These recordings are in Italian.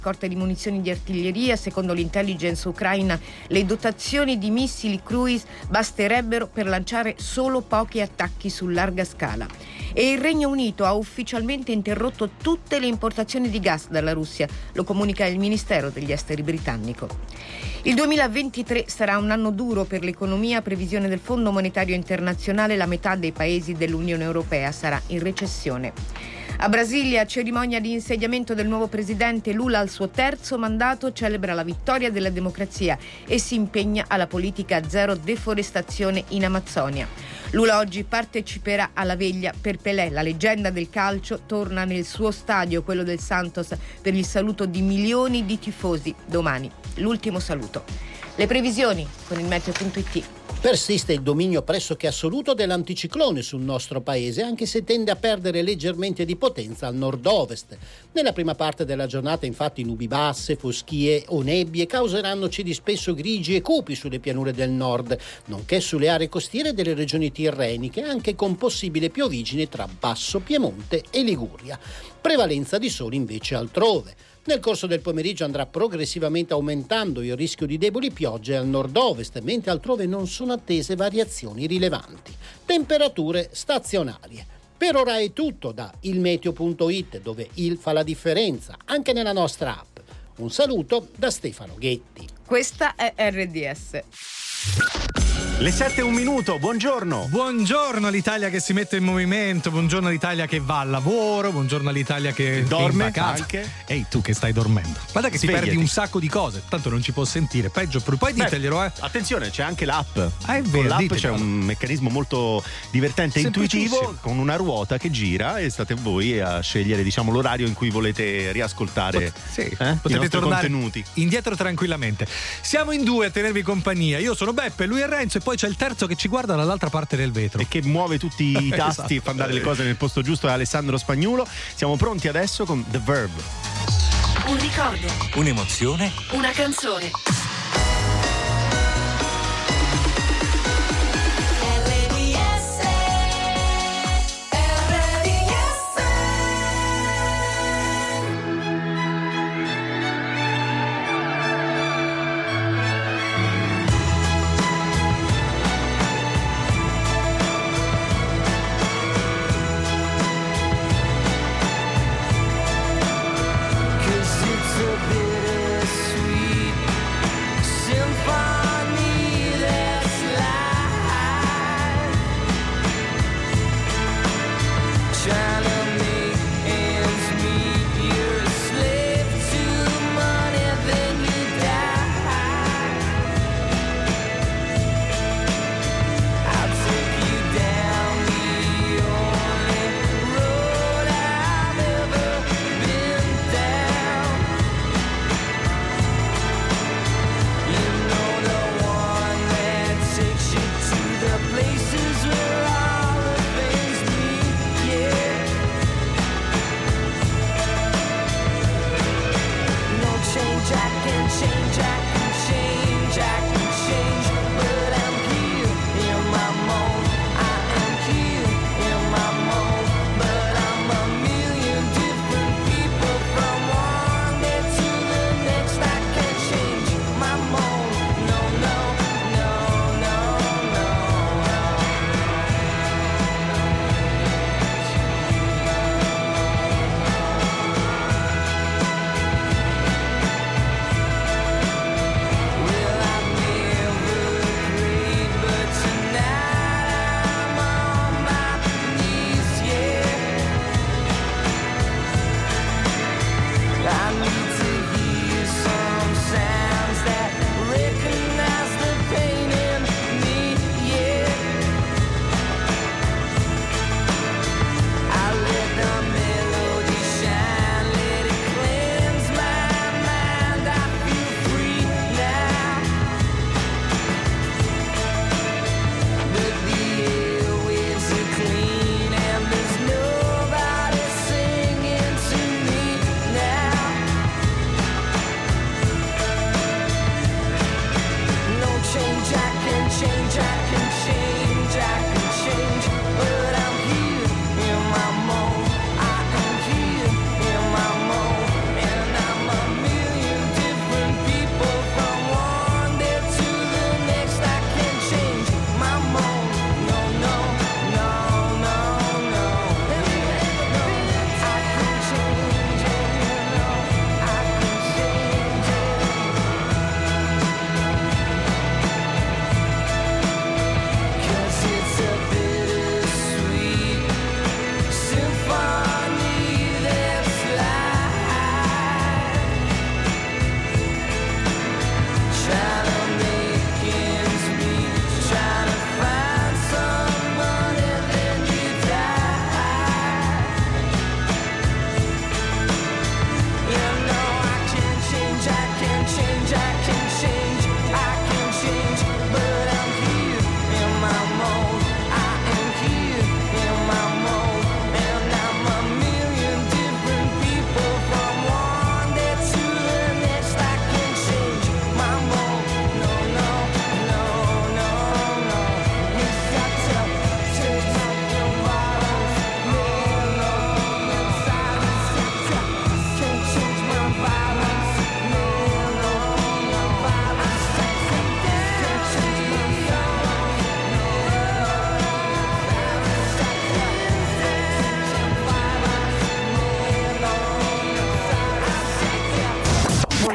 scorte di munizioni di artiglieria. Secondo l'intelligence ucraina, le dotazioni di missili cruise basterebbero per lanciare solo pochi attacchi su larga scala. E il Regno Unito ha ufficialmente interrotto tutte le importazioni di gas dalla Russia, lo comunica il Ministero degli Esteri britannico. Il 2023 sarà un anno duro per l'economia. Previsione del Fondo Monetario Internazionale: la metà dei paesi dell'Unione Europea sarà in recessione. A Brasilia, cerimonia di insediamento del nuovo presidente. Lula, al suo terzo mandato, celebra la vittoria della democrazia e si impegna alla politica zero deforestazione in Amazzonia. Lula oggi parteciperà alla veglia per Pelé. La leggenda del calcio torna nel suo stadio, quello del Santos, per il saluto di milioni di tifosi domani. L'ultimo saluto. Le previsioni con il meteo.it. Persiste il dominio pressoché assoluto dell'anticiclone sul nostro paese, anche se tende a perdere leggermente di potenza al nord-ovest. Nella prima parte della giornata, infatti, nubi basse, foschie o nebbie causeranno cieli spesso grigi e cupi sulle pianure del nord, nonché sulle aree costiere delle regioni tirreniche, anche con possibile piovigine tra Basso Piemonte e Liguria. Prevalenza di sole invece altrove. Nel corso del pomeriggio andrà progressivamente aumentando il rischio di deboli piogge al nord-ovest, mentre altrove non sono attese variazioni rilevanti. Temperature stazionarie. Per ora è tutto da ilmeteo.it, dove il fa la differenza anche nella nostra app. Un saluto da Stefano Ghetti. Questa è RDS. Le 7:01, buongiorno. Buongiorno all'Italia che si mette in movimento, buongiorno all'Italia che va al lavoro, buongiorno all'Italia che dorme è in vacanza. Anche. Ehi, tu che stai dormendo. Guarda che Svegliati. ti perdi un sacco di cose, tanto non ci può sentire, peggio, poi diteglielo, eh. Attenzione, c'è anche l'app. È vero, con l'app diteglielo. c'è un meccanismo molto divertente e intuitivo, con una ruota che gira e state voi a scegliere, diciamo, l'orario in cui volete riascoltare i potete nostri tornare contenuti. indietro tranquillamente. Siamo in due a tenervi compagnia. Io sono Beppe, lui è Renzo e poi c'è il terzo che ci guarda dall'altra parte del vetro E che muove tutti i tasti e fa andare le cose nel posto giusto, è Alessandro Spagnuolo. Siamo pronti adesso con The Verb. Un ricordo, un'emozione, una canzone.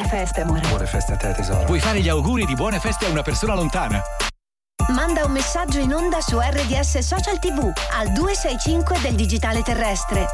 feste, amore. Buone feste a te, tesoro. Puoi fare gli auguri di buone feste a una persona lontana. Manda un messaggio in onda su RDS Social TV al 265 del digitale terrestre.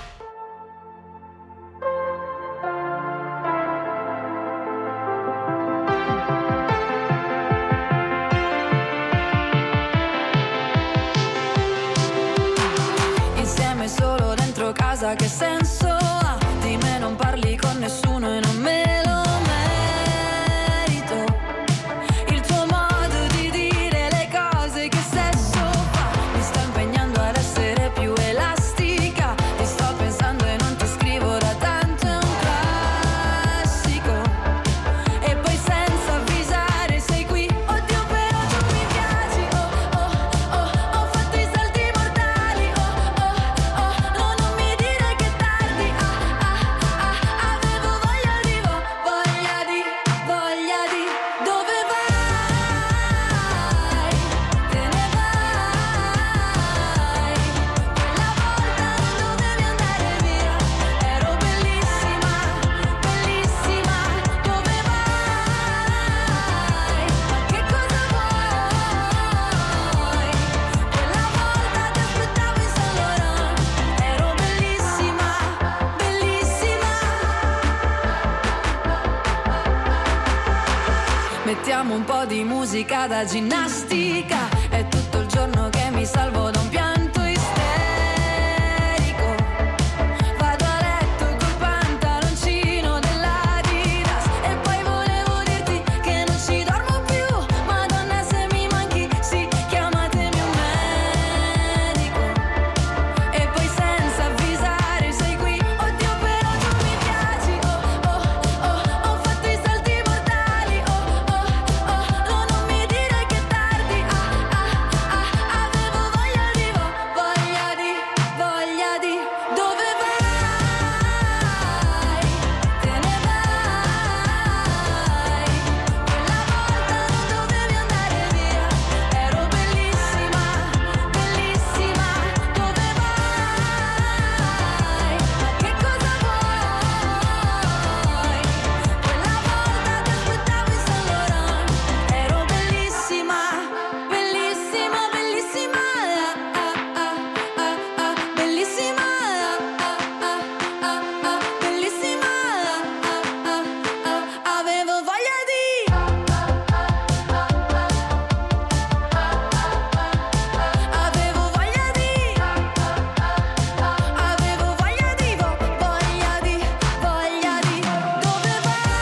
Insieme solo dentro casa, che senso ha? Di me non parli con nessuno e non me lo merito. Il tuo modo di dire le cose, che sesso fa? Mi sto impegnando ad essere più elastica. Ti sto pensando e non ti scrivo da tanto, è un classico. E poi senza avvisare sei qui. Oddio, però tu mi piaci. Oh, oh, oh, ho fatto i salti mortali. Oh, oh, oh, no, non mi dire che tardi. Avevo voglia di dove vai? Te ne vai. Quella volta non dovevi andare via. Ero bellissima, bellissima. Dove vai? Ma che cosa vuoi? Quella volta ti aspettavo in Saint Laurent. Ero bellissima, bellissima. Mettiamo un po' di musica da ginnastica. È tutto il giorno che mi salvo da un pianto isterico. Vado a letto col pantaloncino dell'Adidas. E poi volevo dirti che non ci dormo più. Madonna, se mi manchi, sì, chiamatemi un medico. E poi senza avvisare sei qui. Oddio, però tu mi piaci. Oh, oh, oh, ho fatto i salti mortali. Oh, oh, oh, no, non mi dire che tardi. Avevo voglia di dove vai? Te ne vai. Quella volta non dovevi andare via. Ero bellissima, bellissima. Dove vai? Ma che cosa vuoi? Quella volta ti aspettavo in Saint Laurent. Ero bellissima, bellissima, bellissima. Bellissima, bellissima. Avevo voglia di dove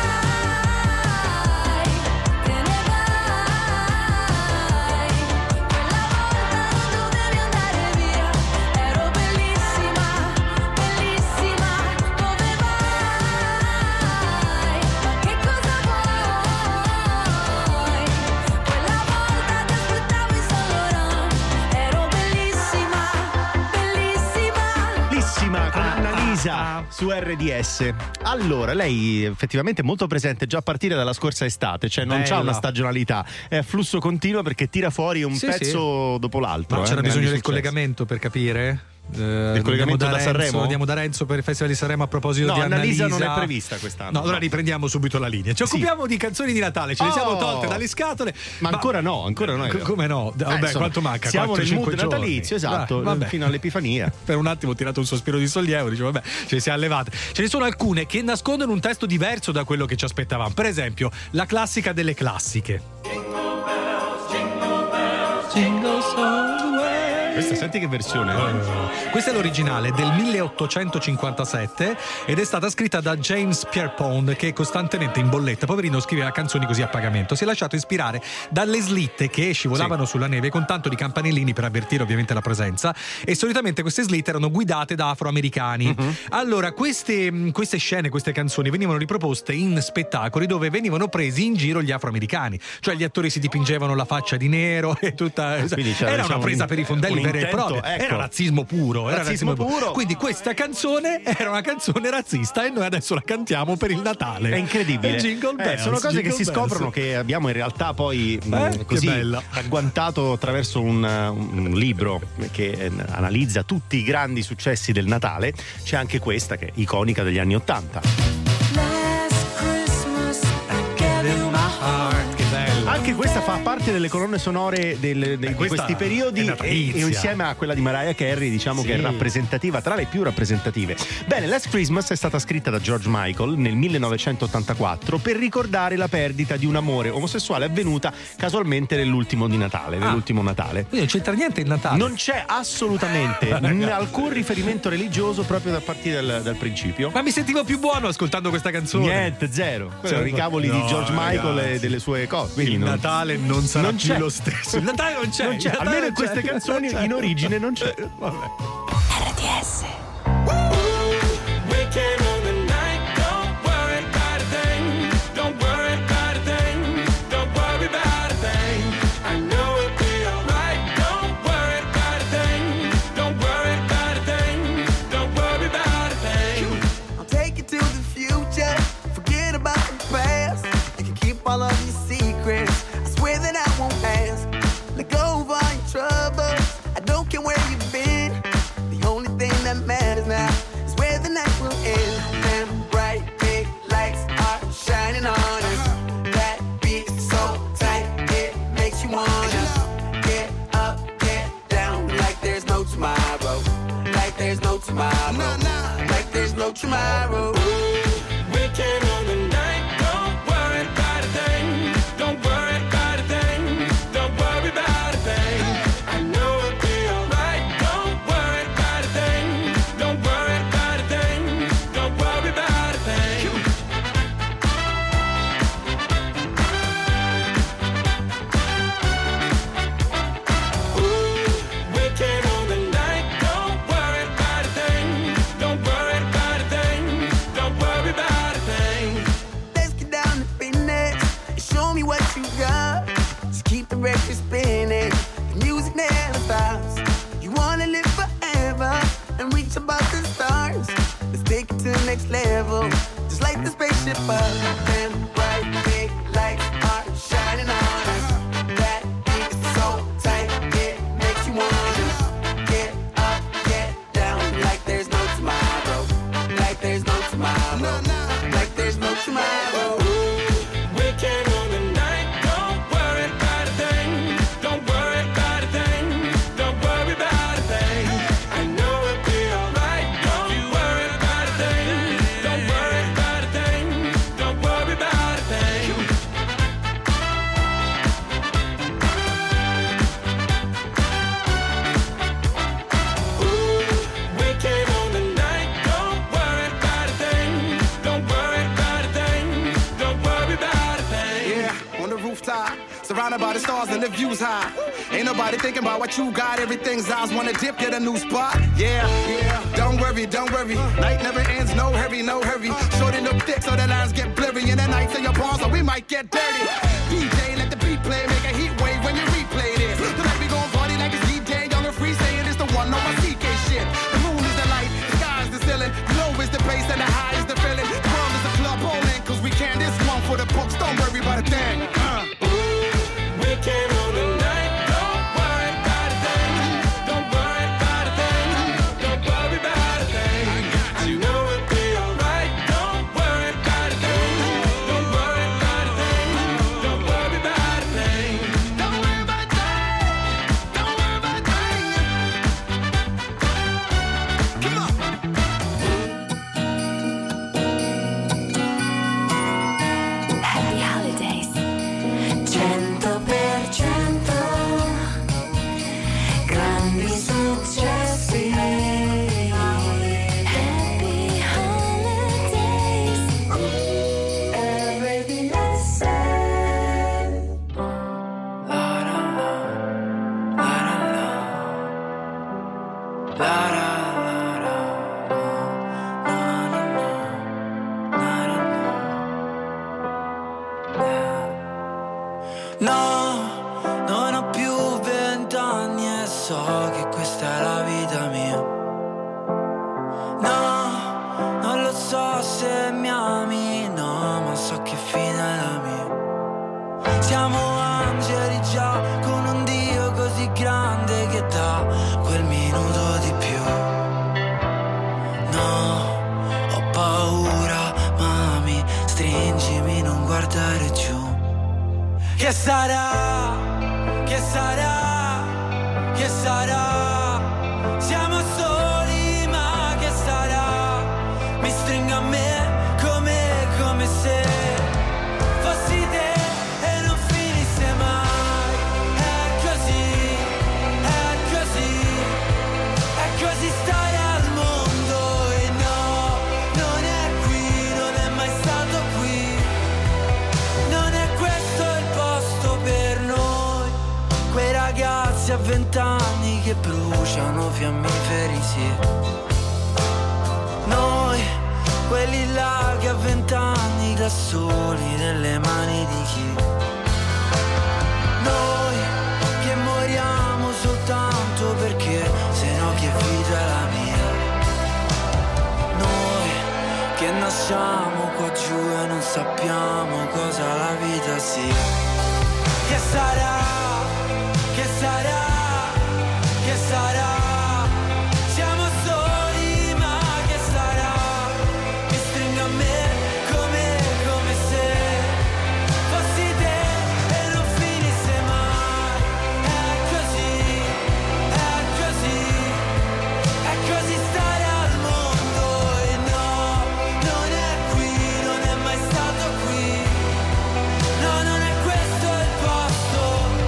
vai? Te ne vai. Quella volta non dovevi andare via. Ero bellissima, bellissima. Dove vai? Ma che cosa vuoi? Quella volta ti aspettavo in Saint Laurent. Ero bellissima, bellissima. Bellissima con Annalisa su RDS. Allora, lei effettivamente è molto presente già a partire dalla scorsa estate, cioè non c'ha una stagionalità, è a flusso continuo perché tira fuori un pezzo dopo l'altro. Ma c'era grandi bisogno del successi. collegamento per capire? Del collegamento da Sanremo? Andiamo da Renzo per il Festival di Sanremo a proposito di Annalisa Annalisa. non è prevista quest'anno. No, allora riprendiamo subito la linea. Ci occupiamo di canzoni di Natale, ce le siamo tolte dalle scatole. Ma ancora no. Come no? Vabbè, insomma, quanto manca? Siamo nel 4-5 mood giorni. natalizio, esatto, Vabbè. fino all'Epifania. Per un attimo ho tirato un sospiro di sollievo, dicevo vabbè, ce le siamo levate. Ce ne sono alcune che nascondono un testo diverso da quello che ci aspettavamo. Per esempio, la classica delle classiche. Jingle all the way. Questa senti che versione? Questa è l'originale del 1857 ed è stata scritta da James Pierpont, che costantemente in bolletta, poverino, scriveva canzoni così a pagamento. Si è lasciato ispirare dalle slitte che scivolavano sulla neve con tanto di campanellini per avvertire ovviamente la presenza, e solitamente queste slitte erano guidate da afroamericani. Allora queste scene, queste canzoni venivano riproposte in spettacoli dove venivano presi in giro gli afroamericani, cioè gli attori si dipingevano la faccia di nero e tutta era una presa per i fondelli vera e propria, era razzismo puro, quindi questa canzone era una canzone razzista e noi adesso la cantiamo per il Natale. È incredibile. Jingle Bells, sono cose che si Jingle scoprono, Bells. che abbiamo in realtà poi così agguantato attraverso un libro che analizza tutti i grandi successi del Natale. C'è anche questa che è iconica degli anni '80. Last Christmas Anche questa fa parte delle colonne sonore di questi periodi e insieme a quella di Mariah Carey diciamo che è rappresentativa, tra le più rappresentative. Bene, Last Christmas è stata scritta da George Michael nel 1984 per ricordare la perdita di un amore omosessuale avvenuta casualmente nell'ultimo Natale. Quindi non c'entra niente il Natale? Non c'è assolutamente alcun riferimento religioso proprio da partire dal principio. Ma mi sentivo più buono ascoltando questa canzone. Niente, zero. Sono i cavoli di George Michael e delle sue cose. Quindi il Natale non sarà più lo stesso. Il Natale non c'è. Almeno in queste canzoni in origine non c'è. Vabbè. RDS. All of your secrets, I swear that I won't ask. Let go of all your troubles, I don't care where you've been. The only thing that matters now is where the night will end. And bright big lights are shining on us. That beat is so tight, it makes you wanna get up, get down, like there's no tomorrow. Like there's no tomorrow. Like there's no tomorrow. We came on the night. Record spinning, the music never stops. You wanna live forever and reach above the stars. Let's take it to the next level, just like the spaceship up. And bright big lights are shining on us. That beat is so tight, it makes you wanna get up, get down, like there's no tomorrow. Like there's no tomorrow. Like there's no tomorrow. We can on the night. Surrounded by the stars and the views high. Ain't nobody thinking about what you got. Everything's ours. Wanna dip, get a new spot. Yeah. Don't worry. Night never ends. No hurry. Shorten up thick so the lines get blurry. And the nights in your palms, so we might get dirty. DJ, let the beat play. Make a heat wave when you replay this. Tonight we gon' party like it's DJ. Young and free, saying it's the one on my CK shit. The moon is the light, the sky is the ceiling. The low is the bass and the high is the feeling. The world is a club bowling, cause we can this one for the books. Don't worry about a thing. We came on the night, don't worry about a thing. Don't worry about a thing. Don't worry about a thing. I know it'll be alright. Don't worry about a thing. Don't worry about a thing. Don't worry about a thing. Don't worry about a thing. Don't worry about a thing. Come on. Happy holidays. 100% grandi successi. Happy holidays. Every lesson. La la la, la la la. No, non ho più 20 anni e so che questa è la vita mia. No, non lo so se mi ami, no, ma so che fine è la mia. Siamo angeli già, con un Dio così grande che dà quel minuto di più. No, ho paura, mami, stringimi, non guardare giù. Che sarà, che sarà, che sarà? Siamo soli, ma che sarà? Mi stringo a me come se fossi te e non finisse mai. È così, è così, è così stare al mondo. E no, non è qui, non è mai stato qui. Non è questo il posto per noi. Quei ragazzi a 20 anni che bruciano fiammiferi, sì. Noi, quelli là che a 20 anni da soli nelle mani di chi? Noi che moriamo soltanto perché se no che vita è la mia? Noi che nasciamo qua giù e non sappiamo cosa la vita sia. Che sarà, che sarà, che sarà? Siamo soli, ma che sarà? Mi stringo a me come se fossi te e non finisse mai. È così, è così, è così stare al mondo. E no, non è qui, non è mai stato qui. No, non è questo il posto.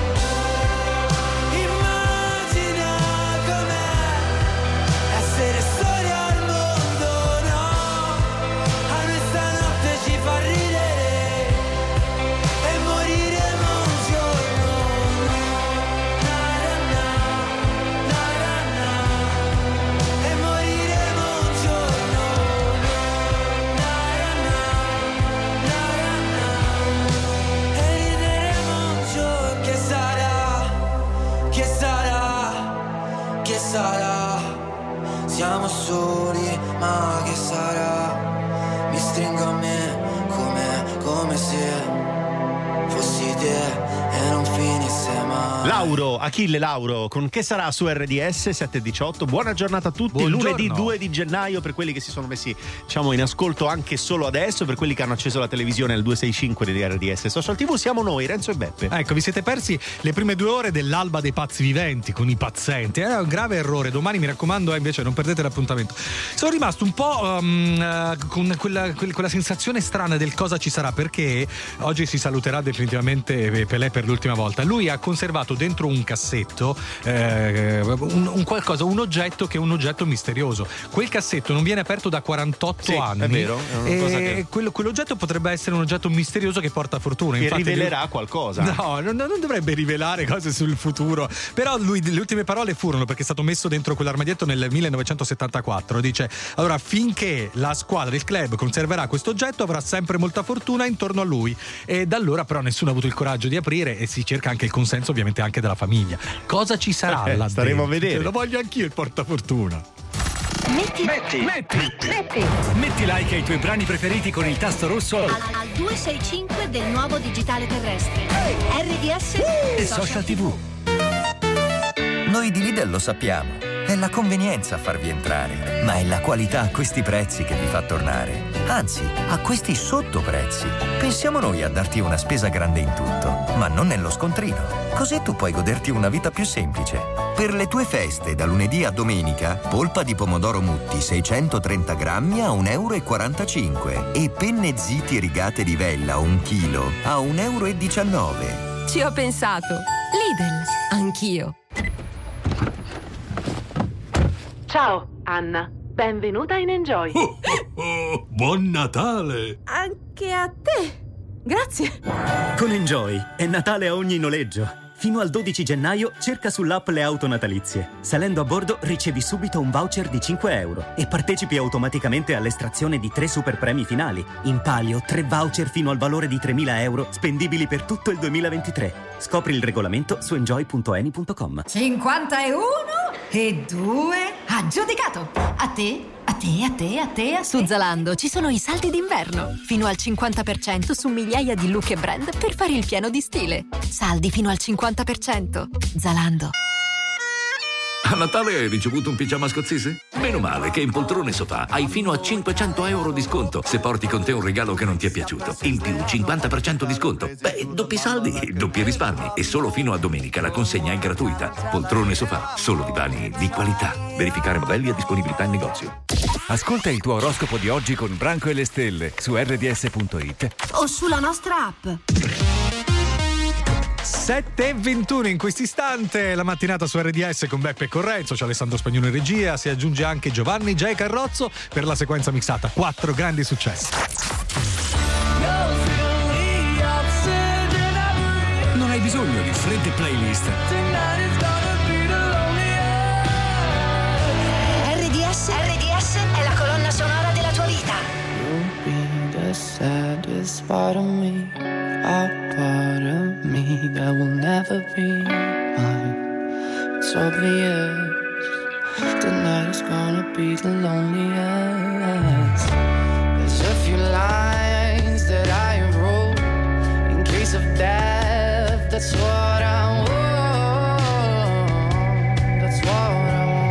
Immagina com'è essere soli al mondo, no? A noi stanotte ci fa ridere e moriremo un giorno, na na na, na na na. E moriremo un giorno, na na na, na na na. E rideremo un giorno. Che sarà, che sarà, che sarà? Siamo soli, ma che sarà? Mi stringo a me come se fossi te e non finisse mai. Lauro, Achille Lauro, con Che sarà su RDS 7:18. Buona giornata a tutti. Buongiorno. Lunedì 2 di gennaio per quelli che si sono messi, diciamo, in ascolto anche solo adesso, per quelli che hanno acceso la televisione al 265 di RDS Social TV, siamo noi, Renzo e Beppe. Ecco, vi siete persi le prime 2 ore dell'alba dei pazzi viventi con i pazzenti. È un grave errore. Domani, mi raccomando, invece non perdete l'appuntamento. Sono rimasto un po' con quella sensazione strana del cosa ci sarà, perché oggi si saluterà definitivamente Pelé per l'ultima volta. Lui ha conservato dentro un cassetto un qualcosa, un oggetto che è un oggetto misterioso. Quel cassetto non viene aperto da 48 anni. È vero, è una cosa che... quell'oggetto potrebbe essere un oggetto misterioso che porta fortuna. Che infatti rivelerà qualcosa. No, non dovrebbe rivelare cose sul futuro. Però lui, le ultime parole furono, perché è stato messo dentro quell'armadietto nel 1974, dice: allora, finché la squadra del club conserverà questo oggetto avrà sempre molta fortuna intorno a lui. E da allora però nessuno ha avuto il coraggio di aprire, e si cerca anche il consenso ovviamente anche della famiglia. Cosa ci sarà là staremo dentro? a vedere. Lo voglio anch'io il portafortuna. Metti like ai tuoi brani preferiti con il tasto rosso Al 265 del nuovo digitale terrestre. RDS e Social TV. Noi di Lidl lo sappiamo. È la convenienza a farvi entrare, ma è la qualità a questi prezzi che vi fa tornare. Anzi, a questi sottoprezzi. Pensiamo noi a darti una spesa grande in tutto, ma non nello scontrino. Così tu puoi goderti una vita più semplice. Per le tue feste, da lunedì a domenica, polpa di pomodoro Mutti 630 grammi a 1,45 € e penne Ziti rigate di Vella 1 chilo a 1,19 €. Ci ho pensato. Lidl, anch'io. Ciao, Anna. Benvenuta in Enjoy. Buon Natale! Anche a te. Grazie. Con Enjoy è Natale a ogni noleggio. Fino al 12 gennaio cerca sull'app le auto natalizie. Salendo a bordo ricevi subito un voucher di 5 € e partecipi automaticamente all'estrazione di 3 super premi finali. In palio 3 voucher fino al valore di 3.000 € spendibili per tutto il 2023. Scopri il regolamento su enjoy.eni.com. 51 e 2 aggiudicato. A te. Su Zalando ci sono i saldi d'inverno. Fino al 50% su migliaia di look e brand per fare il pieno di stile. Saldi fino al 50%. Zalando. A Natale hai ricevuto un pigiama scozzese? Meno male che in Poltrone Sofà hai fino a 500 euro di sconto se porti con te un regalo che non ti è piaciuto. In più 50% di sconto. Beh, doppi saldi, doppi risparmi. E solo fino a domenica la consegna è gratuita. Poltrone Sofà, solo divani di qualità. Verificare modelli e disponibilità in negozio. Ascolta il tuo oroscopo di oggi con Branco e le stelle su rds.it o sulla nostra app. 7:21 in quest'istante, la mattinata su RDS con Beppe e con Renzo, c'è Alessandro Spagnolo in regia, si aggiunge anche Giovanni J. Carrozzo per la sequenza mixata 4 grandi successi. Non hai bisogno di fredde playlist. RDS è la colonna sonora della tua vita. You'll be the saddest part of me, a part of me that will never be mine. It's obvious tonight is gonna be the loneliest. There's a few lines that I wrote in case of death. That's what I want. That's what I want.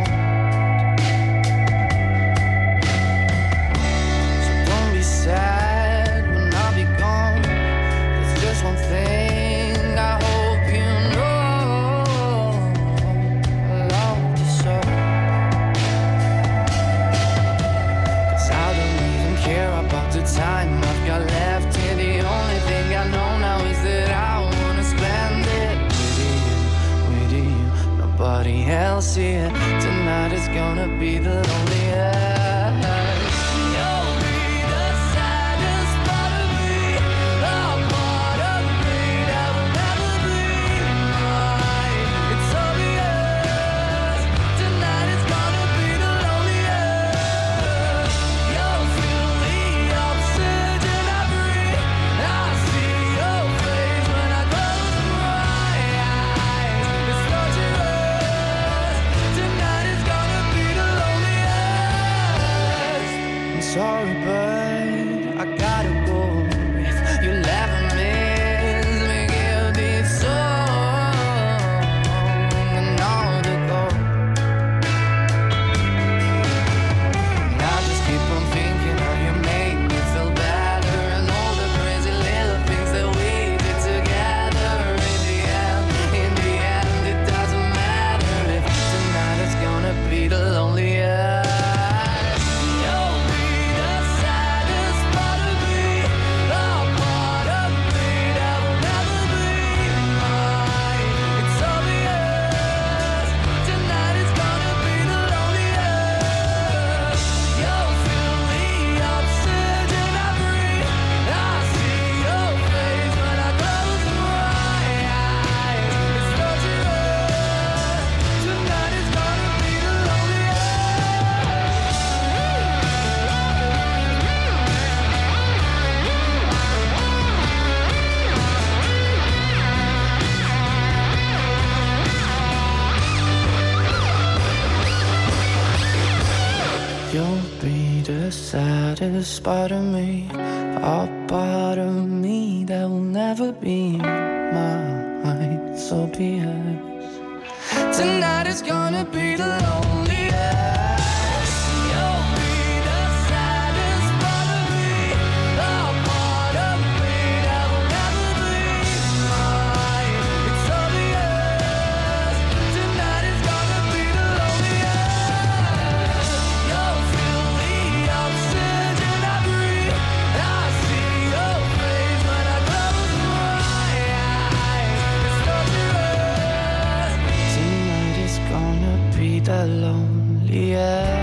Sad when I'll be gone. There's just one thing I hope you know. I love you so. 'Cause I don't even care about the time I've got left here. The only thing I know now is that I wanna spend it with you, nobody else here. Tonight is gonna be the loneliest. Sorry, but I gotta go. If you'll ever miss me, give this song another go. And I just keep on thinking how you make me feel better, and all the crazy little things that we did together. In the end, it doesn't matter if tonight is gonna be the loneliest. You'll be the saddest part of me, a part of me that will never be mine. So be it. Tonight is gonna be the loneliest. You'll be the saddest part of me, a part of me that will never be mine. It's obvious. Tonight is gonna be the loneliest. You'll feel the oxygen I breathe. I see your face when I close my eyes. It's obvious. Tonight is gonna be the loneliest.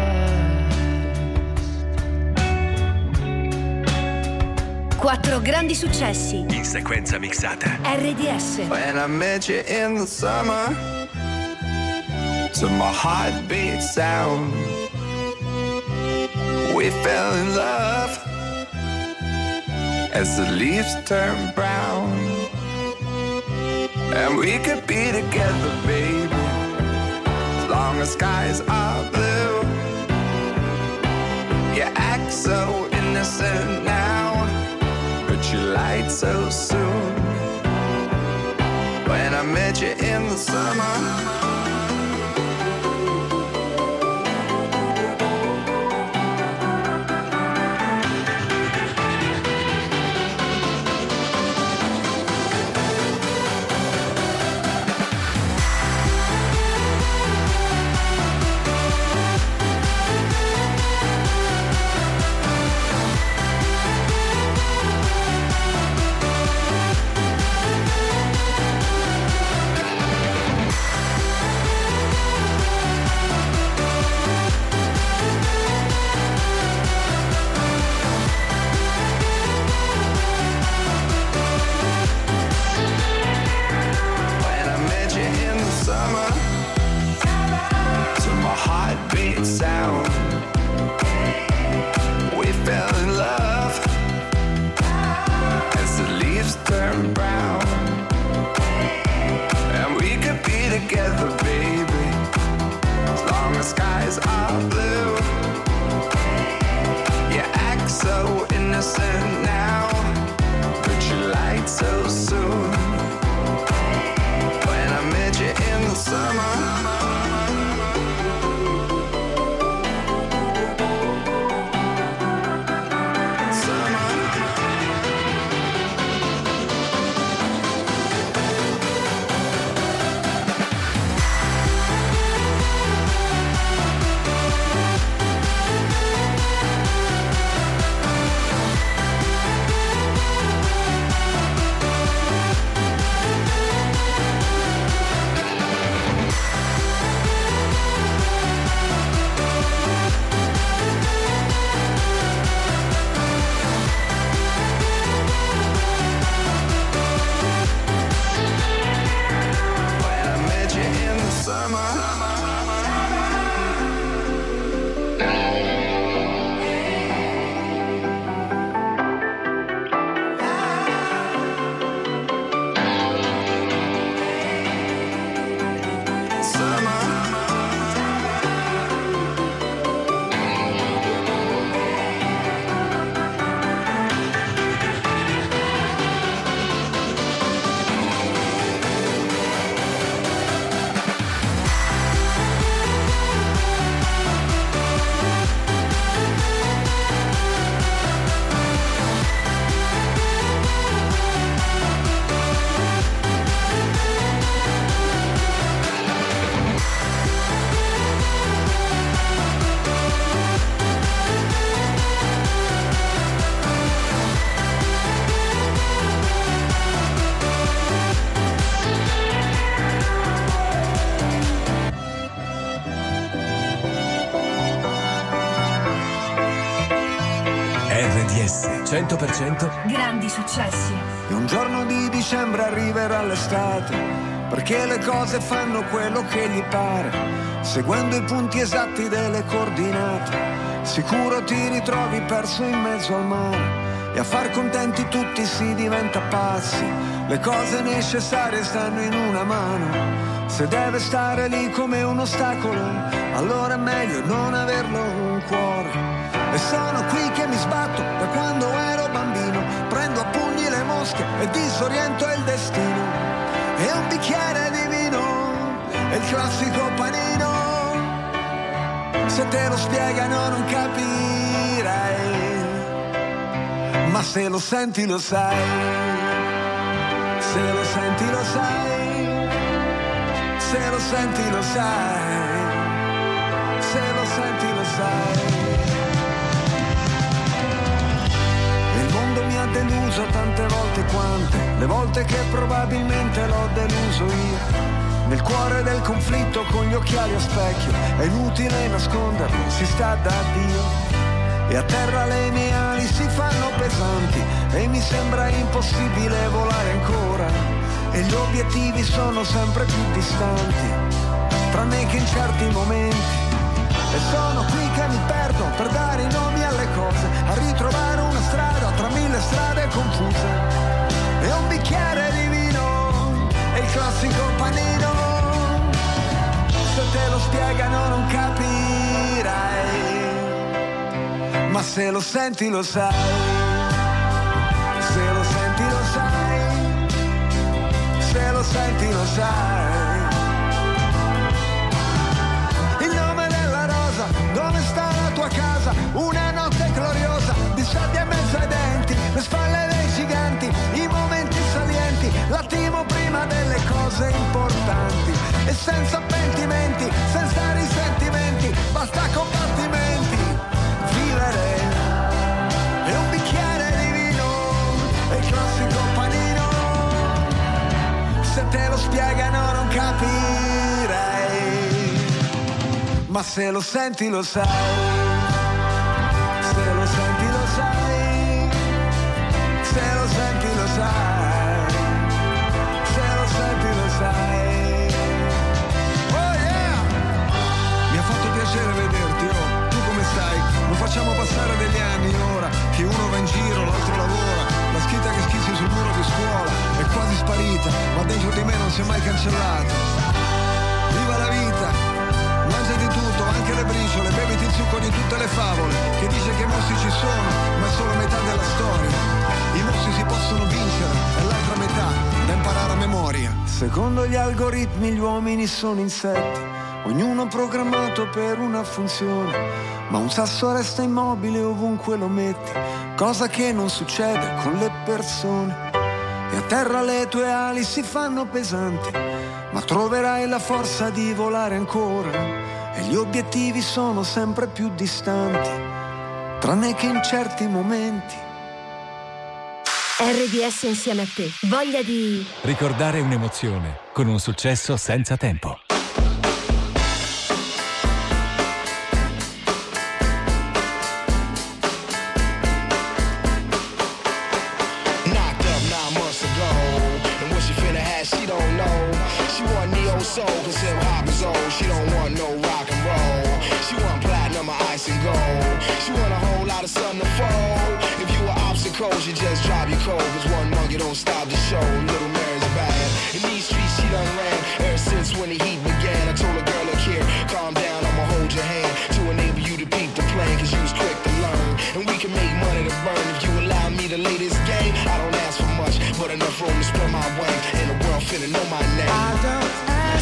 4 grandi successi in sequenza mixata. RDS. When I met you in the summer, to my heartbeat sound, we fell in love as the leaves turn brown. And we could be together, baby, as long as skies are blue. You act so innocent now, but you lied so soon. When I met you in the summer, turn brown. And we could be together, baby, as long as skies are blue. You act so innocent now, but you lied so soon. When I met you in the summer, RDS 100% grandi successi. E un giorno di dicembre arriverà l'estate, perché le cose fanno quello che gli pare, seguendo i punti esatti delle coordinate. Sicuro ti ritrovi perso in mezzo al mare, e a far contenti tutti si diventa pazzi. Le cose necessarie stanno in una mano, se deve stare lì come un ostacolo, allora è meglio non averlo un cuore. E sono qui che mi sbatto da quando ero bambino, prendo a pugni le mosche e disoriento il destino. E un bicchiere di vino è il classico panino, se te lo spiegano non capirai, ma se lo senti lo sai, se lo senti lo sai, se lo senti lo sai, se lo senti lo sai. Il mondo mi ha deluso tante volte quante, le volte che probabilmente l'ho deluso io. Nel cuore del conflitto con gli occhiali a specchio, è inutile nasconderlo, si sta da Dio. E a terra le mie ali si fanno pesanti e mi sembra impossibile volare ancora. E gli obiettivi sono sempre più distanti, tranne che in certi momenti. E sono qui che mi perdo per dare i nomi alle cose, a ritrovare una strada tra mille strade confuse. E un bicchiere di vino è il classico panino, se te lo spiegano non capirai, ma se lo senti lo sai, se lo senti lo sai, se lo senti lo sai. Il nome della rosa, dove sta la tua casa? Una notte gloriosa, di sabbia in mezzo ai denti, le spalle dei giganti, i momenti salienti, l'attimo prima delle cose importanti. E senza pentimenti, senza risentimenti, basta combattimenti, vivere. E un bicchiere di vino è il classico panino, se te lo spiegano non capirai, ma se lo senti lo sai, se lo senti lo sai, se lo senti lo sai, se lo senti lo sai. Oh yeah! Mi ha fatto piacere vederti, oh, tu come stai? Lo facciamo passare degli anni ora, che uno va in giro, l'altro lavora, la scritta che schizzi sul muro di scuola. vita, ma dentro di me non si è mai cancellato. Viva la vita, mangia di tutto, anche le briciole, beviti il succo di tutte le favole. Che dice che i mostri ci sono, ma è solo metà della storia. I mostri si possono vincere, e l'altra metà da imparare a memoria. Secondo gli algoritmi gli uomini sono insetti, ognuno programmato per una funzione, ma un sasso resta immobile ovunque lo metti, cosa che non succede con le persone. E a terra le tue ali si fanno pesanti, ma troverai la forza di volare ancora, e gli obiettivi sono sempre più distanti, tranne che in certi momenti. RDS insieme a te, voglia di ricordare un'emozione con un successo senza tempo. Soul, cause hip hop is old. She don't want no rock and roll. She want platinum or ice and gold. She want a whole lot of sun to fold. If you were obstacles, you just drop your cold. Cause one monkey don't stop the show. Little Mary's bad. In these streets she done ran ever since when the heat began. I told a girl, look here, calm down, I'ma hold your hand to enable you to peep the plan. Cause you was quick to learn, and we can make money to burn. If you allow me to lay this game, I don't ask for much, but enough room to spread my wings. And the world finna know my name. I don't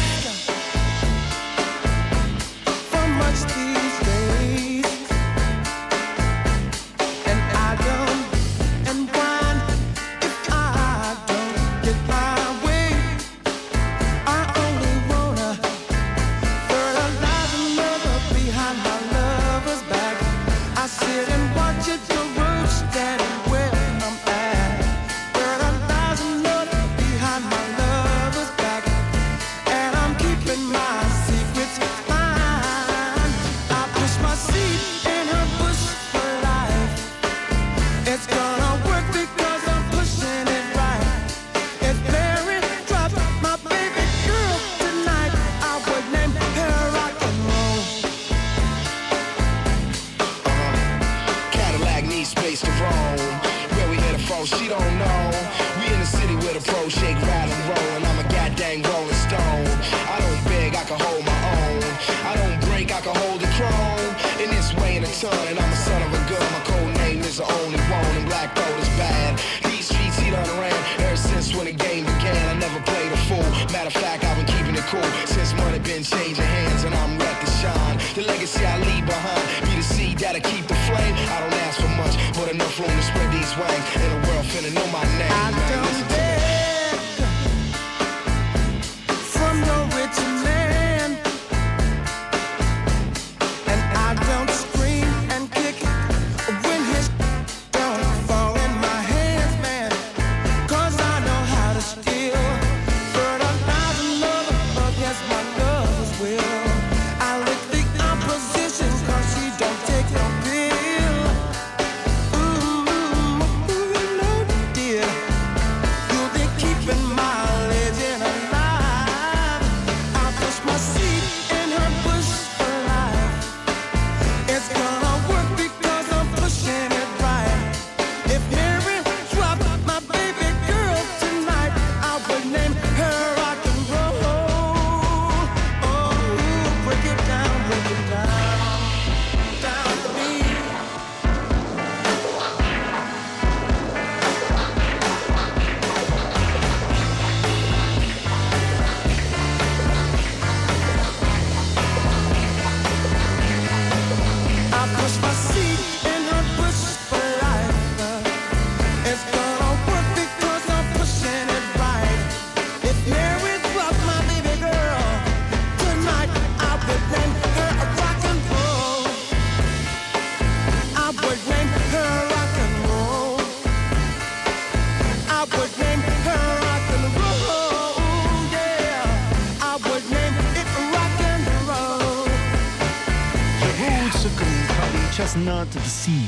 much these days, and I don't and whine if I don't get my way. I only wanna fertilize another behind my lover's back. I sit and watch it grow, standing where I'm at. Fertilize another behind my lover's back, and I'm keeping my secrets. My seed in her bush for life. It's gonna work because I'm pushing it right. If Mary dropped my baby girl tonight, I would name her rock and roll. Cadillac needs space to roam. Where we headed from, she don't know. We in the city where the pros shake, rattle, and roll, and I'm a goddamn rolling stone. I don't beg, I can hold my own. I don't break, I can hold the chrome. In this way in a ton, and I'm a son of a gun. My code name is the only one, and black gold is bad. These streets he done ran ever since when the game began. I never played a fool. Matter of fact, I've been keeping it cool since money been changing hands, and I'm ready to shine. The legacy I leave behind be the seed that'll keep the flame. I don't ask for much, but enough room to spread these wings, and the world finna know my name. I don't beg from no rich man, and I don't scream and kick when his don't fall in my hands, man. Cause I know how to steal, fertilize another against my lover's will. I lick the opposition cause she don't take no pill. No dear, you'll be keeping my legend alive. I push my seed in her bush for life. It's gonna work because I'm pushing it right. If Mary dropped my baby girl tonight, I would name her rock and roll. Oh, break it down down to me. I push my seed in her bush for life. It's gonna work because I'm pushing it right. If Mary dropped my baby girl tonight, I would name her a rock and roll. I would name her rock and roll. I would name her rock and roll. Yeah, I would name it rock and roll. The Roots con Charlie Chestnut, The Seed.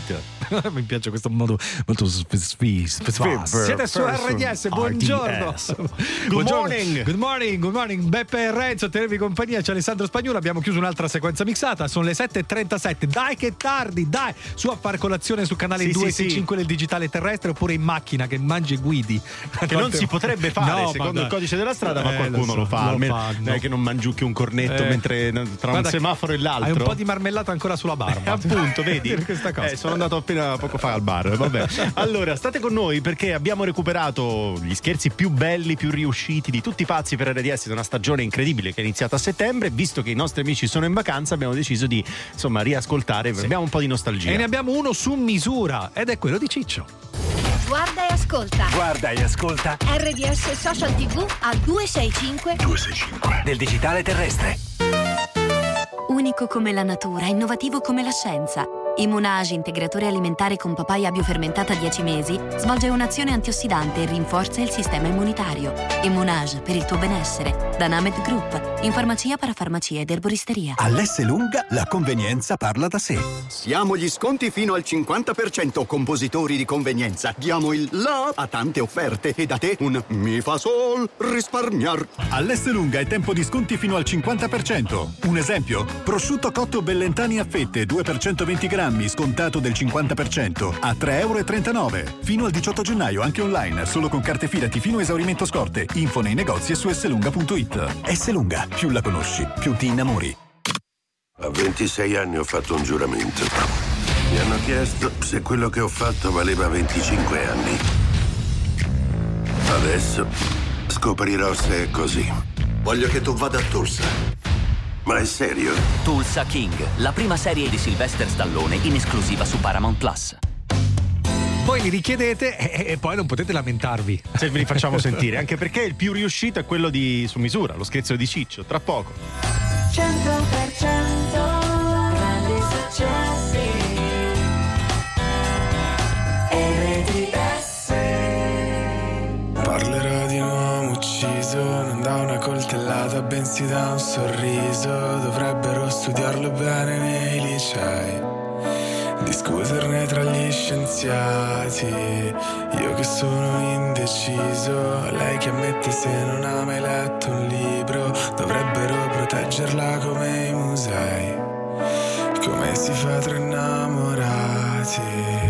Mi piace questo modo molto siete su RDS, buongiorno. Good morning. Beppe e Renzo, tenervi compagnia, c'è Alessandro Spagnuolo, abbiamo chiuso un'altra sequenza mixata, sono le 7:37, dai che tardi, dai, su a far colazione sul canale 265 del digitale terrestre, oppure in macchina che mangi e guidi. Che non si potrebbe fare, secondo il codice della strada, ma qualcuno lo fa. Almeno non è che non mangiucchi un cornetto mentre tra un semaforo e l'altro. Hai un po' di marmellata ancora sulla barba. Appunto, vedi? Questa cosa. Sono andato appena poco fa al bar. Vabbè. Allora, state con noi perché abbiamo recuperato gli scherzi più belli, più riusciti di tutti i pazzi per RDS di una stagione incredibile che è iniziata a settembre. Visto che i nostri amici sono in vacanza, abbiamo deciso di riascoltare. Sì. Abbiamo un po' di nostalgia. E ne abbiamo uno su misura ed è quello di Ciccio. Guarda e ascolta RDS Social TV al 265 del digitale terrestre. Unico come la natura, innovativo come la scienza. Immunage, integratore alimentare con papaya biofermentata 10 mesi, svolge un'azione antiossidante e rinforza il sistema immunitario. Immunage, per il tuo benessere. Da Named Group, in farmacia, parafarmacia ed erboristeria. All'Esselunga la convenienza parla da sé. Siamo gli sconti fino al 50%, compositori di convenienza. Diamo il la a tante offerte e da te un mi fa sol risparmiar. All'Esselunga è tempo di sconti fino al 50%. Un esempio, prosciutto cotto Bellentani a fette 2 per 120 grammi scontato del 50% a €3,39. Fino al 18 gennaio anche online, solo con carte Fidati fino a esaurimento scorte. Info nei negozi e su esselunga.it. Esselunga, più la conosci, più ti innamori. A 26 anni ho fatto un giuramento. Mi hanno chiesto se quello che ho fatto valeva 25 anni. Adesso scoprirò se è così. Voglio che tu vada a Tulsa. Ma è serio? Tulsa King, la prima serie di Sylvester Stallone in esclusiva su Paramount Plus. Voi li richiedete e poi non potete lamentarvi se ve li facciamo sentire, anche perché il più riuscito è quello di Su misura, lo scherzo di Ciccio, tra poco. 100% grandi successi. RDS. Parlerò di un uomo ucciso, non da una coltellata bensì da un sorriso. Dovrebbero studiarlo bene nei licei, discuterne tra gli scienziati. Io che sono indeciso, lei che ammette se non ha mai letto un libro. Dovrebbero proteggerla come i musei, come si fa tra innamorati.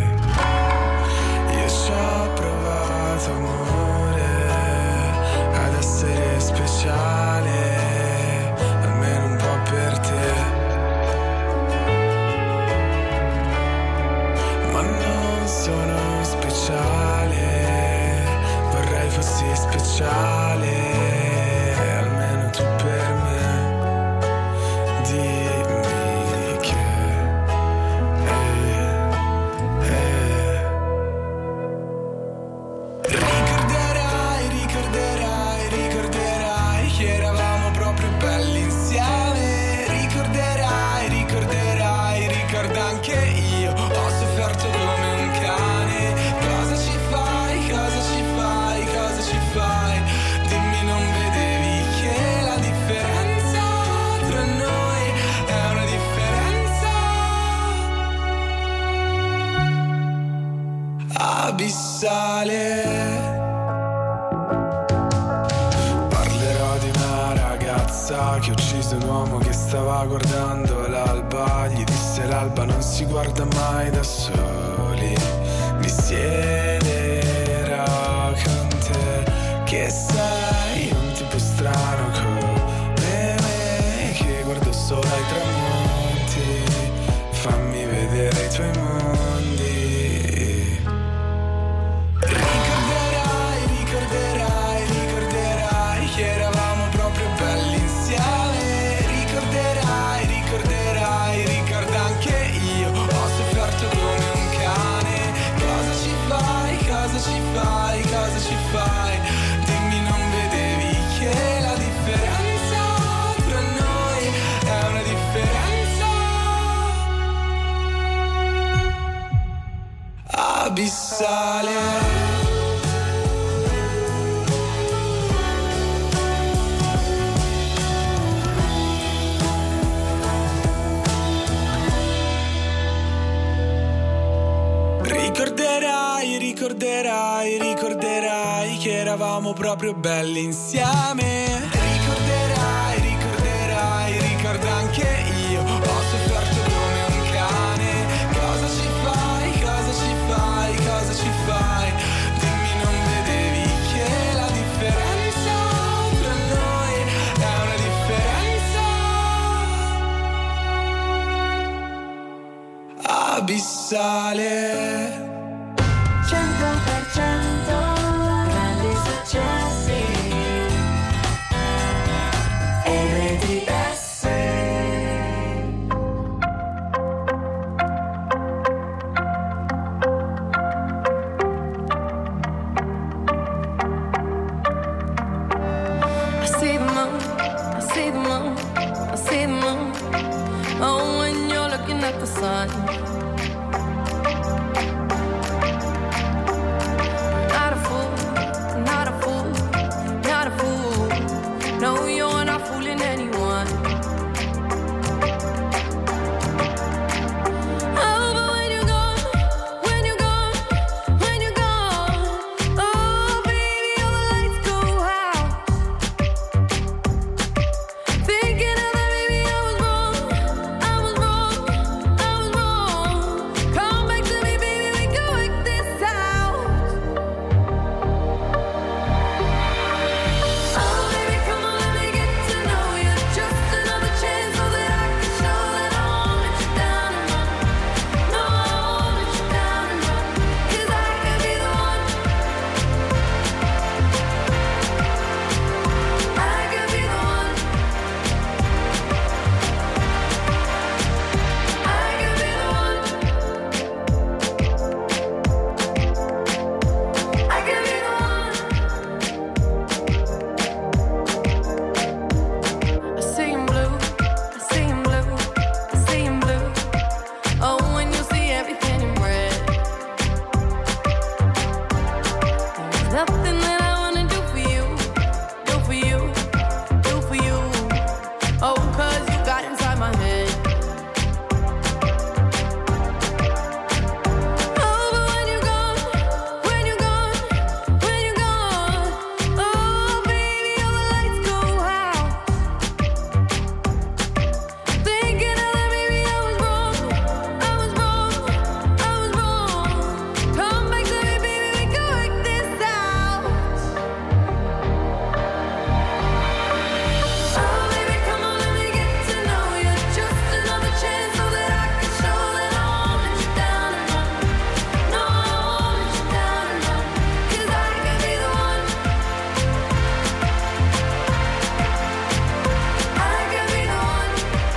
Io ci ho provato amore, ad essere speciale, almeno un po' per te. Ma non sono speciale, vorrei fossi speciale, almeno tu per me. Dimmi che ricorderai che eravamo proprio belli insieme. Ricorderai, ricorda anche io, ho sofferto come un cane. Cosa ci fai? Dimmi, non vedevi che la differenza tra noi è una differenza abissale. Parlerò di una ragazza che ha ucciso un uomo che stava guardando l'alba. Gli disse l'alba non si guarda mai da soli. Mi siederò con te, che sei un tipo strano come me, che guardo solo ai tramonti. Fammi vedere i tuoi mondi. Ricorderai che eravamo proprio belli insieme. Ricorderai, ricorda anche io, ho sofferto come un cane. Cosa ci fai? Dimmi, non eravamo proprio belli insieme. Ricorda anche io, ho sofferto come un cane. Cosa ci fai, cosa ci fai, cosa ci fai? Dimmi, non vedevi che la differenza tra noi è una differenza abissale. 100% grandi successi. RDS. I see the moon, I see the moon, I see the moon. Oh, when you're looking at the sun. Not a fool, not a fool, not a fool. No, you're not fooling anyone. Oh, but when you're gone, when you're gone, when you're gone, oh, baby, all the lights go out. Thinking of that, baby, I was wrong, I was wrong, I was wrong. Come back to me, baby, we can work this out. Oh, baby, come on, let me get to know you. Just another chance so that I can show that I won't let you down and run. No, I won't let you down and run. 'Cause I could be the one. I could be the one. I could be the one. I could be the one. I see in blue, I see in blue, I see in blue. Oh, when you see everything in red. There's nothing that I wanna do for you, do for you, do for you. Oh, 'cause you got inside my head. Oh, but when you're gone, when you're gone, when you're gone, oh, baby, all the lights go out. Thinking of that, baby, I was wrong, I was wrong, I was wrong. Come back to me, baby, we can work this out. Oh, baby, come on, let me get to know you. Just another chance so that I can show that I won't let you down and run. No, I won't let you down and run. 'Cause I could be the one. I could be the one.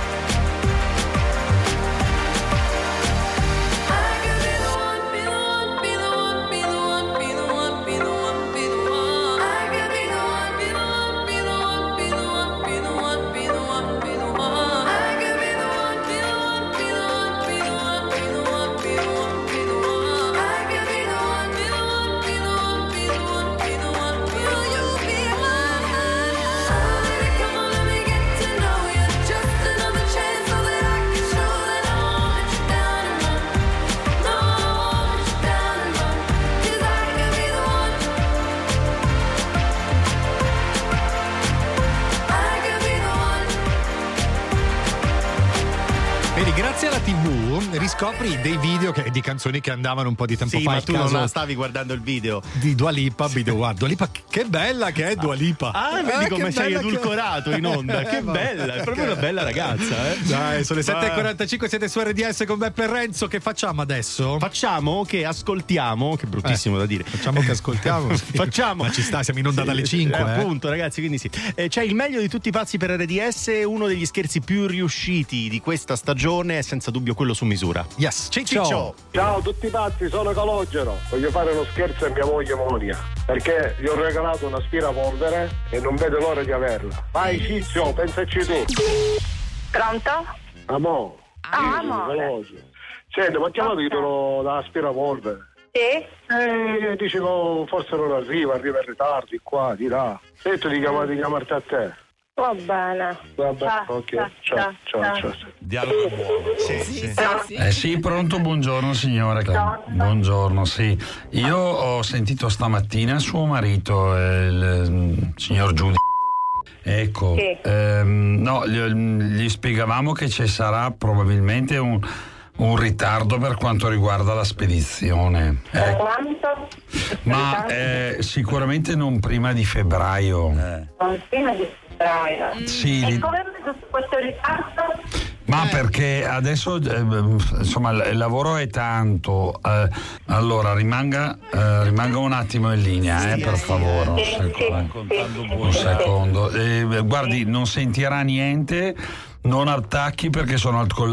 I could be the one, be the one, be the one, be the one, be the one, be the one, be the one. I could be the one, be the one, be the one, be the one, be the one, be the one, be the one. I could be the one, be the one, be the one, be the one, be the one, be the one, be the one. I could be the one, be the one, be the one, be the one, be the one, be the one. You be mine. Oh, baby, come on, let me get to know you. Just another chance so that I can show that I won't let you down and run. No, I won't let you down and run. 'Cause I could be the one. I could be the one. Vedi, grazie alla TV riscopri dei video di canzoni che andavano un po' di tempo Sì, fa. ma Il tu caso non la stavi guardando il video di Dua Lipa, Dua Lipa, che bella che è Dua Lipa. vedi come che sei bella edulcorato in onda. Che bella, è proprio una bella ragazza, eh. Dai, sono le 7:45, siete su RDS con Beppe e Renzo. Che facciamo adesso? Facciamo che ascoltiamo, che è bruttissimo da dire. Facciamo che ascoltiamo. Sì. Facciamo. Ma ci sta, siamo in onda dalle 5. Appunto, ragazzi, quindi sì. C'è il meglio di tutti i pazzi per RDS, uno degli scherzi più riusciti di questa stagione è senza dubbio quello su misura. Yes, Ciccio. Ciao a tutti pazzi, sono Calogero. Voglio fare uno scherzo a mia moglie Monia, perché gli ho regalato un aspirapolvere e non vedo l'ora di averla. Vai Ciccio, pensaci tu. Pronto? Amore. Amore. Senti, ma chiamato io te da aspirapolvere. Sì? Dici che forse non arriva in ritardi qua, di là. Sento di chiamarti a te. Va bene. Vabbè, ok. Ciao. Dialogo buono. Sì. Sì, pronto, buongiorno signora. Buongiorno, sì. Io ho sentito stamattina suo marito, il signor Giudice. Ecco, Sì. no, gli spiegavamo che ci sarà probabilmente un ritardo per quanto riguarda la spedizione. Quanto? Ma sicuramente non prima di febbraio. Non prima di febbraio. Sì, E come è tutto questo ritardo? ma perché adesso insomma il lavoro è tanto. Allora rimanga un attimo in linea, per favore. Un secondo. Guardi, non sentirà niente. Non attacchi perché sono con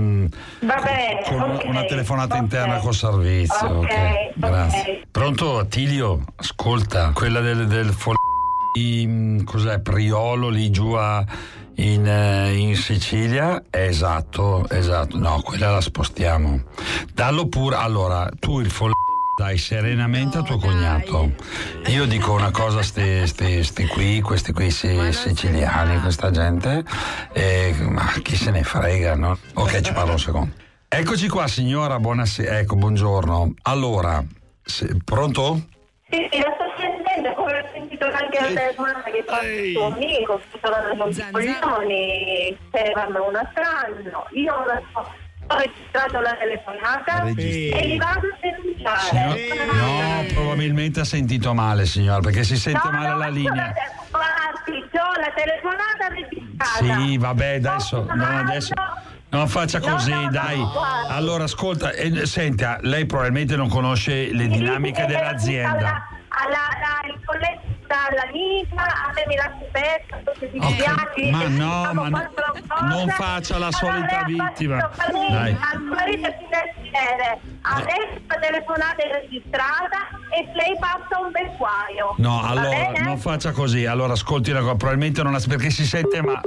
una telefonata interna col servizio. Ok, grazie. Pronto, Attilio? Ascolta, quella del cos'è, Priolo lì giù in Sicilia? Esatto. No, quella la spostiamo. Dallo pure. Allora, tu il dai serenamente a tuo cognato. Io dico una cosa, questi qui siciliani, questa gente, ma chi se ne frega, no? Ok, ci parlo un secondo. Eccoci qua signora, buonasera, ecco, buongiorno. Allora, pronto? Sì, la sto sentendo, come ho sentito anche la telefonata che fa il suo amico, sto parlando con i coglioni, se ne parla un altro anno. Io ho registrato la telefonata e li vado a denunciare. No, probabilmente ha sentito male signora, perché si sente male la linea. Ho la telefonata registrata. Sì, vabbè, adesso non faccia così, dai. Allora, ascolta, senta, lei probabilmente non conosce le dinamiche dell'azienda. Il collega all'amica, a me mi lascia aperta, ma non faccia la solita vittima. Dai. Al marito si deve vedere, adesso la telefonata è registrata e lei passa un bel guaio. No, allora non faccia così. Allora ascolti una cosa, probabilmente non ha, perché si sente ma.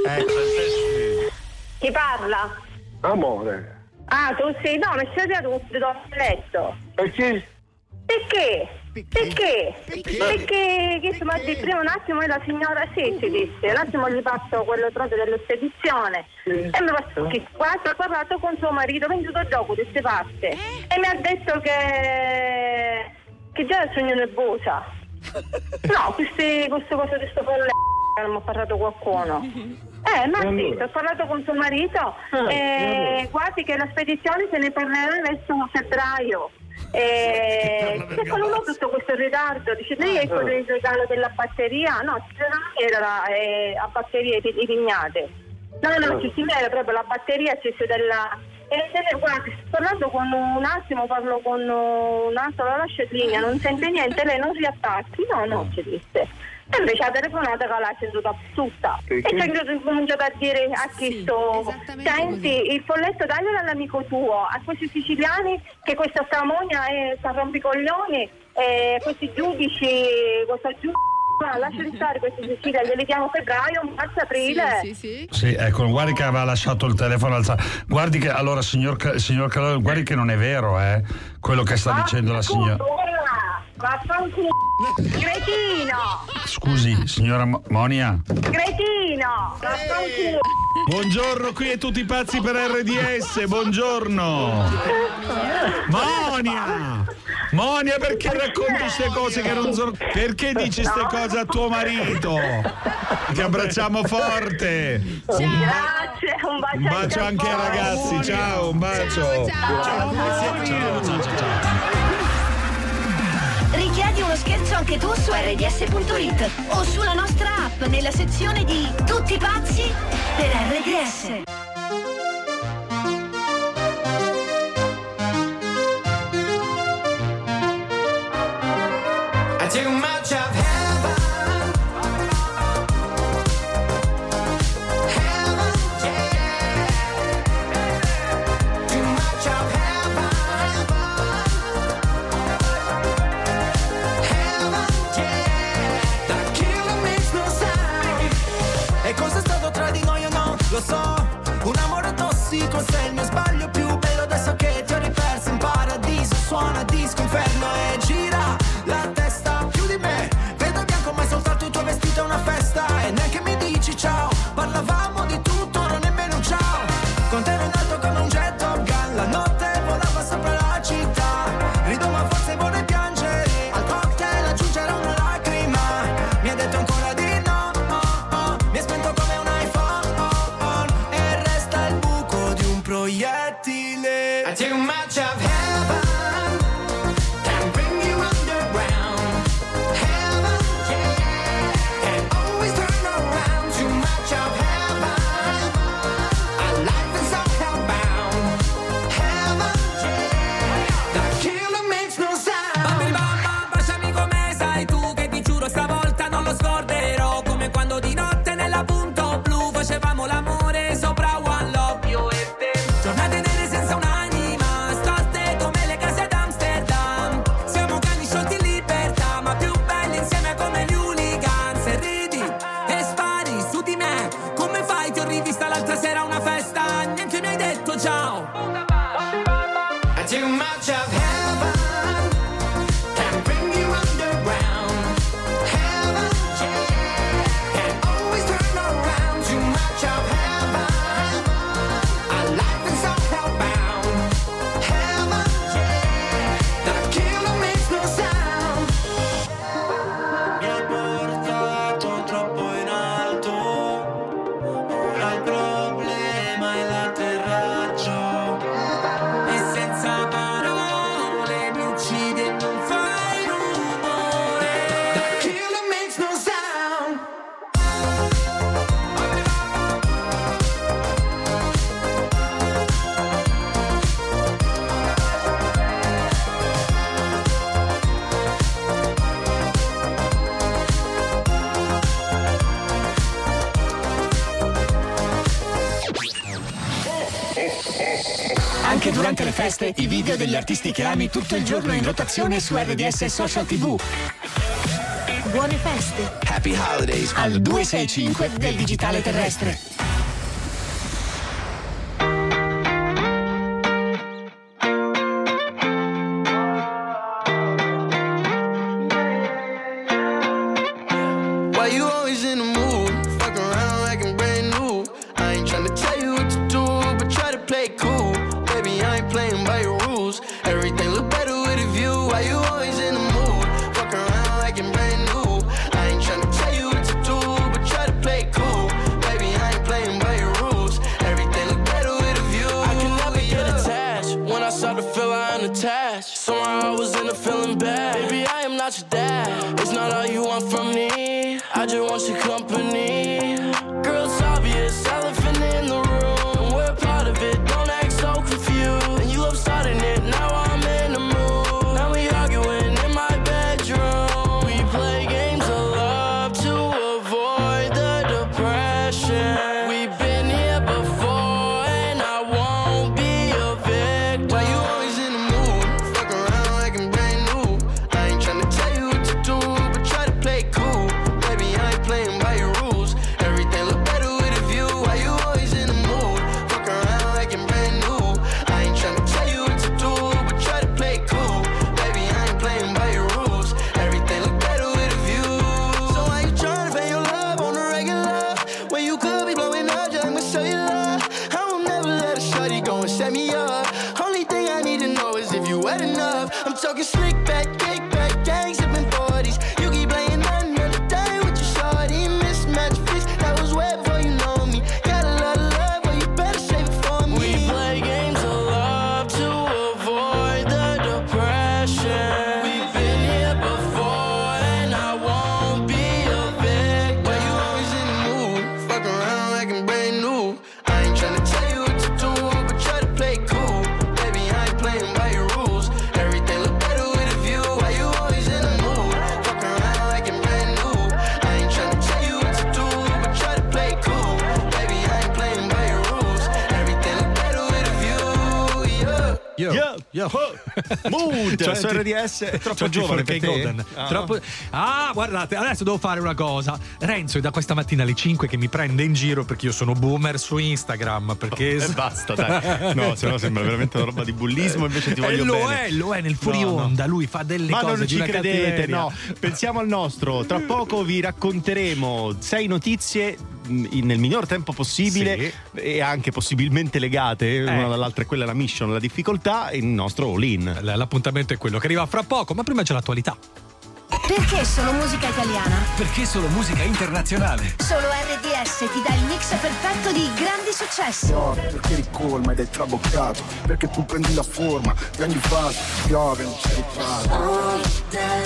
Chi parla? Amore. Ah, tu sei? No, mi stai a letto. Perché? Perché che ma prima un attimo la signora ci disse, un attimo gli passo quello trote della spedizione e mi passo che qua ha parlato con suo marito, venduto gioco di queste parti e mi ha detto che già il sogno nervosa. No, queste cose di sto polletto non mi ha parlato qualcuno. Ma sì, ho parlato con suo marito e guardi che la spedizione se ne parlerà verso febbraio. Se qualcuno tutto questo ritardo dice lei è quello del regalo della batteria, no, era a batterie ripignate, no, ci si vede proprio la batteria, c'è della guardi, sto parlando con un attimo, parlo con un altro, la lascia in linea, non sente niente, lei non riattacchi, no, ci disse. E invece la telefonata che l'ha sentita tutta e c'è cominciato a dire a chi sto senti il folletto taglialo all'amico tuo, a questi siciliani che questa stramogna sta rompicoglioni questi giudici, questa lasciali stare questi Sicilia, glieli diamo febbraio, marzo, aprile. Sì, ecco, guardi che aveva lasciato il telefono alzato. Guardi che allora signor Calò, guardi che non è vero, quello che sta dicendo la signora. Vaffanculo, cretino! Scusi, signora Monia. Cretino! Vaffanculo! Buongiorno, qui è tutti pazzi per RDS, buongiorno! Monia, perché racconti queste cose che non sono. Perché dici queste cose a tuo marito? Che abbracciamo forte! Grazie, un bacio anche ai ragazzi, ciao, un bacio! Ciao. Richiedi uno scherzo anche tu su rds.it o sulla nostra app nella sezione di Tutti pazzi per RDS. I too much of heaven, yeah. Too much of heaven, yeah. The killer makes no sense. E cosa è stato tra di noi o no? Lo so, un amore tossico, sei il mio sbaglio più bello adesso che ti ho riperso in paradiso. Suona disco inferno e gira la testa più di me. Vedo bianco ma è soltanto il tuo vestito è una festa. E neanche mi dici Anche durante le feste, i video degli artisti che ami tutto il giorno in rotazione su RDS Social TV. Buone feste. Happy Holidays al 265 del digitale terrestre. Why you always in the mood? Fuck around like I'm brand new. I ain't tryna tell you what to do, but try to play it cool. Baby, I ain't playing by your rules. Everything look better with a view. Why you always in the mood? Fuck around like I'm brand new. I ain't tryna tell you what to do, but try to play it cool. Baby, I ain't playing by your rules. Everything look better with a view. I can never get attached. When I start to feel I am attached, somehow I was in a feeling bad. Baby, I am not your dad. It's not all you want from me. I just want your company. Girl, it's obvious, elephant in the room. We're part of it, don't act so confused. And you love starting it, now I'm in the mood. Now we arguing in my bedroom. We play games of love to avoid the depression. We've been here before and I won't be a victim. Why you always in the mood? Fuck around like I'm brand new. I ain't tryna tell you what to do, but try to play it cool. Baby, I ain't playing by your rules. Everything look better with a view. Why you always in the mood? Fuck around like I'm brand new. I ain't tryna tell you what to do, but try to play it cool. Baby, I ain't playing by your rules. Everything look better with a view. So why you tryna pay your love on the regular when you could be blowing up just like my cellular? I will never let a shorty go and set me up. Only thing I need to know is if you wet enough. I'm talking slick back, kick back, gang sipping 40s. You keep playing another day with your shorty. Mismatch fits, that was way before you know me. Got a lot of love, but you better save it for me. We play games of love to avoid the depression. We've been here before and I won't be a victim. Why you always in the mood? Fuck around like I'm brand new. I ain't tryna tell you what to do, but try to play it cool. Baby, I ain't playing by your rules. Everything look better with a view. Why you always in the mood? Fuck around like I'm brand new. I ain't tryna tell you what to do, but try to play it cool. Baby, I ain't playing by your rules. Everything look better with a view. Yeah. Mood, Cioè, su RDS è troppo giovane per te? Golden. Guardate, adesso devo fare una cosa. Renzo è da questa mattina alle 5 che mi prende in giro perché io sono boomer su Instagram. Perché basta, dai. No, sennò sembra veramente una roba di bullismo. Invece ti voglio bene. Lo è nel fuori onda. Lui fa delle ma cose non di ci una credete, cattiveria. no. Pensiamo al nostro. Tra poco vi racconteremo 6 notizie nel miglior tempo possibile e anche possibilmente legate una dall'altra, e quella è la mission, la difficoltà, e il nostro all-in. L'appuntamento è quello che arriva fra poco, ma prima c'è l'attualità. Perché solo musica italiana? Perché solo musica internazionale? Solo RDS ti dà il mix perfetto di grandi successi. Perché ricolma ed è traboccato, perché tu prendi la forma di ogni fase, piove, non c'è ritraso.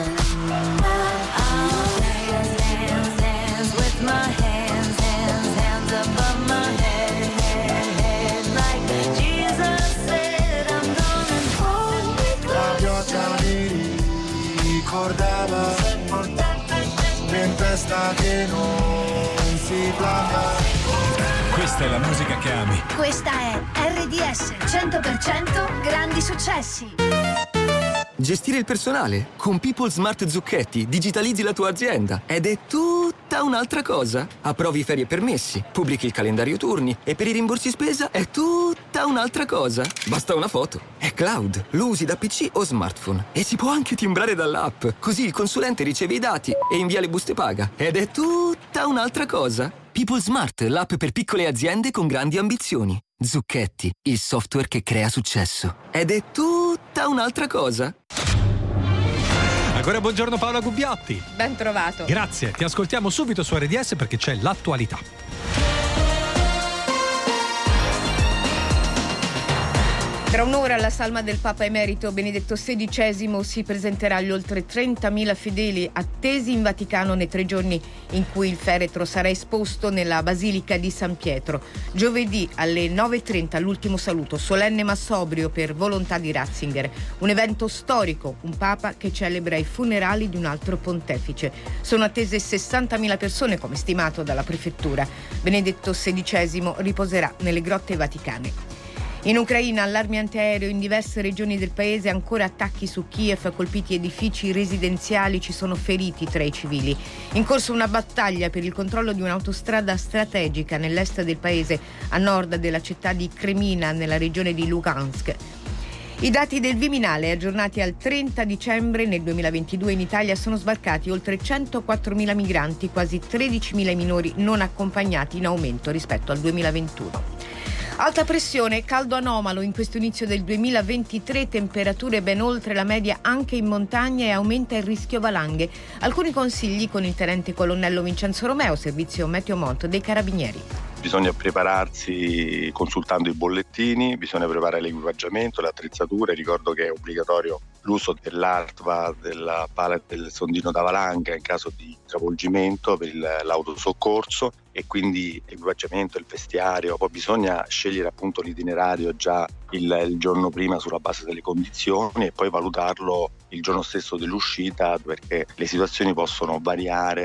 La pioggia mi ricordava, tempesta che non si placa. Questa è la musica che ami. Questa è RDS 100% grandi successi. Gestire il personale? Con People Smart Zucchetti digitalizzi la tua azienda ed è tutta un'altra cosa. Approvi ferie e permessi, pubblichi il calendario turni e per i rimborsi spesa è tutta un'altra cosa. Basta una foto. È cloud, lo usi da PC o smartphone e si può anche timbrare dall'app. Così il consulente riceve i dati e invia le buste paga. Ed è tutta un'altra cosa. People Smart, l'app per piccole aziende con grandi ambizioni. Zucchetti, il software che crea successo. Ed è tutta un'altra cosa. Ancora buongiorno Paola Gubbiotti. Ben trovato. Grazie, ti ascoltiamo subito su RDS perché c'è l'attualità. Tra un'ora alla salma del Papa Emerito Benedetto XVI si presenterà agli oltre 30.000 fedeli attesi in Vaticano nei 3 giorni in cui il feretro sarà esposto nella Basilica di San Pietro. Giovedì alle 9:30 l'ultimo saluto, solenne ma sobrio per volontà di Ratzinger. Un evento storico, un Papa che celebra i funerali di un altro pontefice. Sono attese 60.000 persone come stimato dalla prefettura. Benedetto XVI riposerà nelle grotte vaticane. In Ucraina, allarme antiaereo in diverse regioni del paese, ancora attacchi su Kiev, colpiti edifici residenziali, ci sono feriti tra i civili. In corso una battaglia per il controllo di un'autostrada strategica nell'est del paese, a nord della città di Kremina, nella regione di Lugansk. I dati del Viminale aggiornati al 30 dicembre nel 2022 in Italia sono sbarcati oltre 104.000 migranti, quasi 13.000 minori non accompagnati, in aumento rispetto al 2021. Alta pressione, caldo anomalo in questo inizio del 2023, temperature ben oltre la media anche in montagna e aumenta il rischio valanghe. Alcuni consigli con il tenente colonnello Vincenzo Romeo, servizio Meteomont dei Carabinieri. Bisogna prepararsi consultando i bollettini, bisogna preparare l'equipaggiamento, le attrezzature. Ricordo che è obbligatorio l'uso dell'ARTVA, della pala e del sondino da valanga in caso di travolgimento per l'autosoccorso, e quindi l'equipaggiamento, il vestiario. Poi bisogna scegliere appunto l'itinerario già il giorno prima sulla base delle condizioni e poi valutarlo il giorno stesso dell'uscita, perché le situazioni possono variare